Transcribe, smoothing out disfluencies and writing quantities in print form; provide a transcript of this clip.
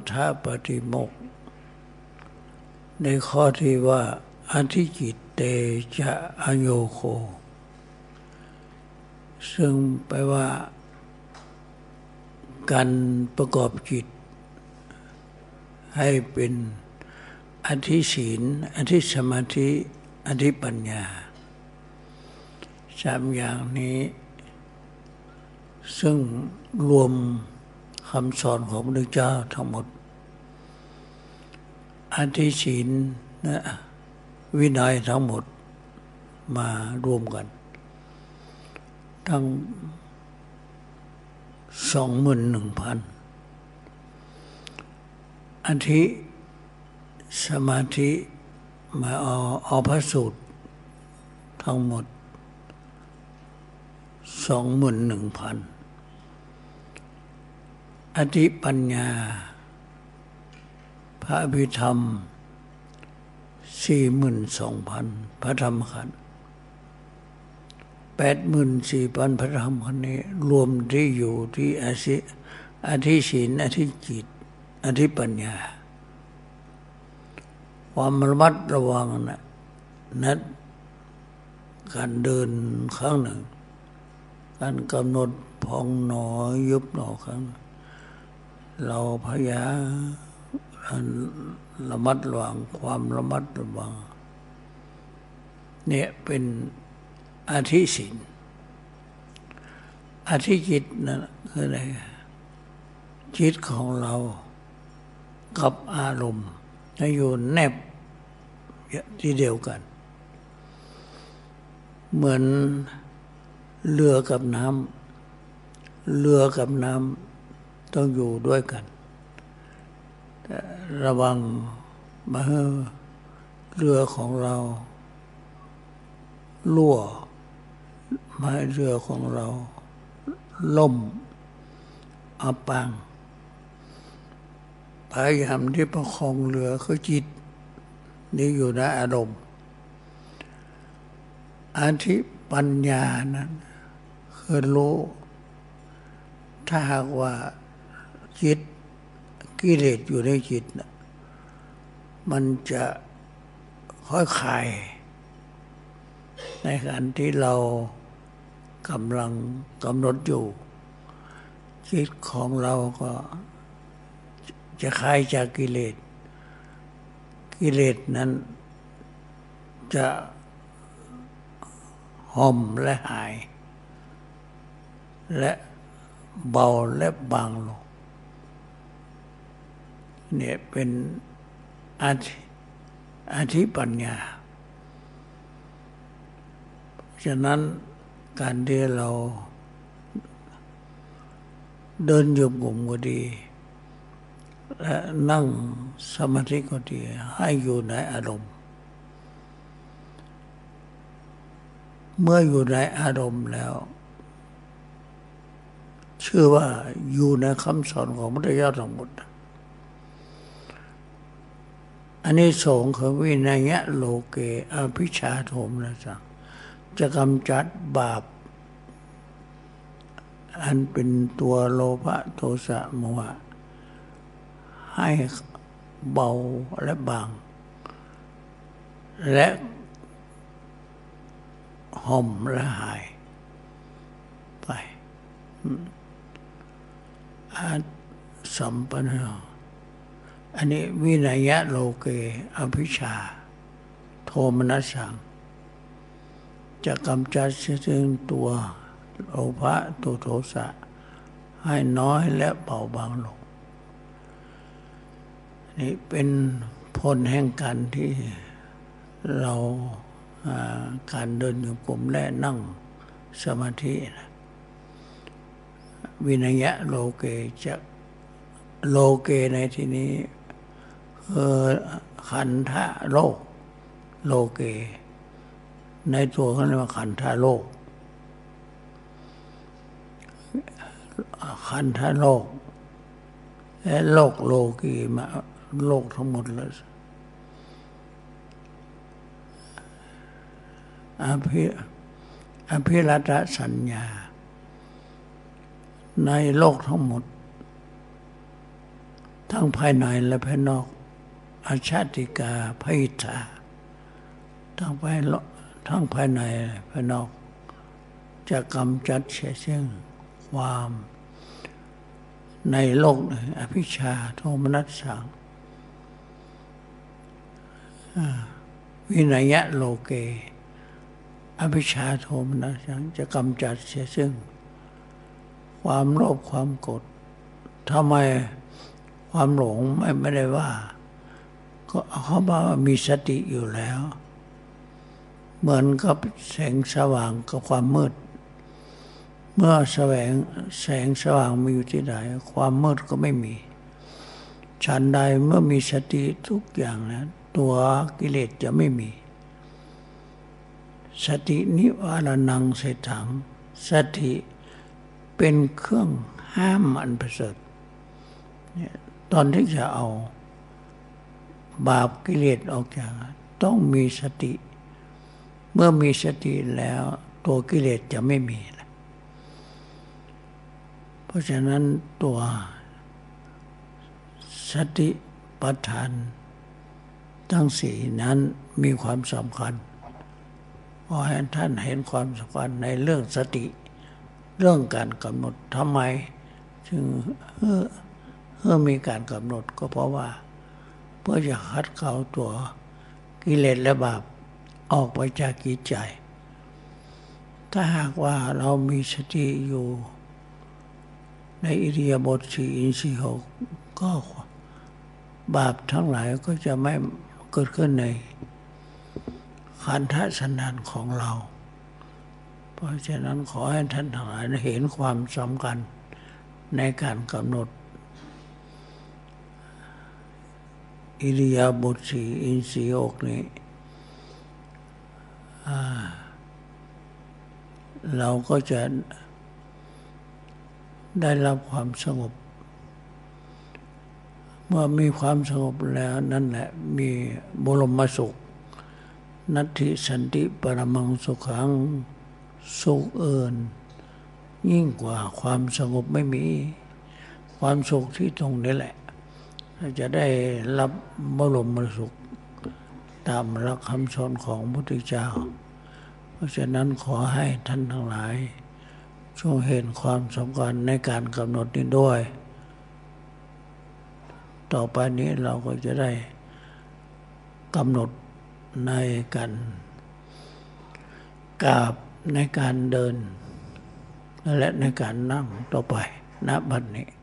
ถปฏิโมกข์ในข้อที่ว่าอธิจิตเตจะอโยโคซึ่งแปลว่าการประกอบจิตให้เป็นอธิศีลอธิสมาธิอธิปัญญาสามอย่างนี้ซึ่งรวมคำสอนของพระพุทธเจ้าทั้งหมดอธิศีลและวินัยทั้งหมดมารวมกันทั้ง 21,000 อธิสมาธิมาเอาพระสูตรทั้งหมด 21,000 อธิปัญญาพระอภิธรรม 42,000 พระธรรมขันธ์ 84,000 พระธรรมขันธ์นี้รวมที่อยู่ที่อธิศีลอธิจิตอธิปัญญาความระมัดระวังนั้นการเดินครั้งหนึ่งการกำหนดพองหนอยุบหนอครั้งเราพยายามระมัดระวังความระมัดระวังเนี่ยเป็นอธิศีลอธิจิตนั่นคืออะไรจิตของเรากับอารมณ์ให้อยู่แนบที่เดียวกันเหมือนเรือกับน้ำเรือกับน้ำต้องอยู่ด้วยกันระวังมาให้เรือของเรารั่วมาให้เรือของเราล่มอับปางพยายามที่ประคองเรือคือจิตนี่อยู่ในอารมณ์อธิปัญญานั้นคือรู้ถ้าหากว่าจิตกิเลสอยู่ในจิตมันจะค่อยคลายในการที่เรากำลังกำหนดอยู่จิตของเราก็จะคลายจากกิเลสกิเลสนั้นจะห่มและหายและเบาและบางลงเนี่ยเป็นอธิปัญญาฉะนั้นการที่เราเดินโยกมก็ดีและนั่งสมาธิก็ดีให้อยู่ในอารมณ์เมื่ออยู่ในอารมณ์แล้วชื่อว่าอยู่ในคำสอนของพระพุทธเจ้าทั้งหมดอันนี้สงฆ์คือวินัยโลเกอภิชาโทมนะสังจะกำจัดบาปอันเป็นตัวโลภะโทสะโมหะให้เบาและบางและห่มและหายไปสัมปันโนอันนี้วินัยโลเกอภิชาโทมนัสสังจะกำจัดซึ่งตัวโลภะตัวโทสะให้น้อยและเบาบางลงนี่เป็นผลแห่งการที่เราการเดินโยกมและนั่งสมาธิวินัยโลเกจะโลเกในที่นี้ขันธะโลกโลเกในตัวเขาเรียกว่าขันธะโลกขันธะโลกและโลกโลกีมาโลกทั้งหมดเลยอภิรัตสัญญาในโลกทั้งหมดทั้งภายในและภายนอกอาชาติกาพยิทธาทั้งภายในภายนอกจะกำจัดเสียซึ่งความในโลกอภิชฌาโทมนัสสังวินัยโลเกอภิชฌาโทมนัสสังจะกำจัดเสียซึ่งความโลภความโกรธทำไมความหลงไม่ได้ว่าก็เขาบอกว่ามีสติอยู่แล้วเหมือนกับแสงสว่างกับความมืดเมื่อแสงสว่างมีอยู่ที่ใดความมืดก็ไม่มีฉันใดเมื่อมีสติทุกอย่างนั้นตัวกิเลสจะไม่มีสตินิวรณังเสถังสติเป็นเครื่องห้ามอันประเสริฐตอนที่จะเอาบาปกิเลสออกจากต้องมีสติเมื่อมีสติแล้วตัวกิเลสจะไม่มีเพราะฉะนั้นตัวสติปัฏฐานทั้งสี่นั้นมีความสำคัญขอให้ท่านเห็นความสำคัญในเรื่องสติเรื่องการกำหนดทำไมจึงมีการกำหนดก็เพราะว่าเพื่อจะขัดเกลาตัวกิเลสและบาปออกไปจากจิตใจถ้าหากว่าเรามีสติอยู่ในอิริยาบถสี่อินทรีย์หกก็บาปทั้งหลายก็จะไม่เกิดขึ้นในขันธสันดานของเราเพราะฉะนั้นขอให้ท่านทั้งหลายเห็นความสำคัญในการกำหนดอิริยาบถสี่อินทรีย์หกนี้เราก็จะได้รับความสงบเมื่อมีความสงบแล้วนั่นแหละมีบรมสุขนัตถิสันติปรมังสุขังสุขเอิญยิ่งกว่าความสงบไม่มีความสุขที่ตรงนี้แหละจะได้รับบรมสุขตามหลักคำสอนของพระพุทธเจ้าเพราะฉะนั้นขอให้ท่านทั้งหลายจงเห็นความสำคัญในการกำหนดนี้ด้วยต่อไปนี้เราก็จะได้กำหนดในการกราบในการเดินและในการนั่งต่อไปณบัดนี้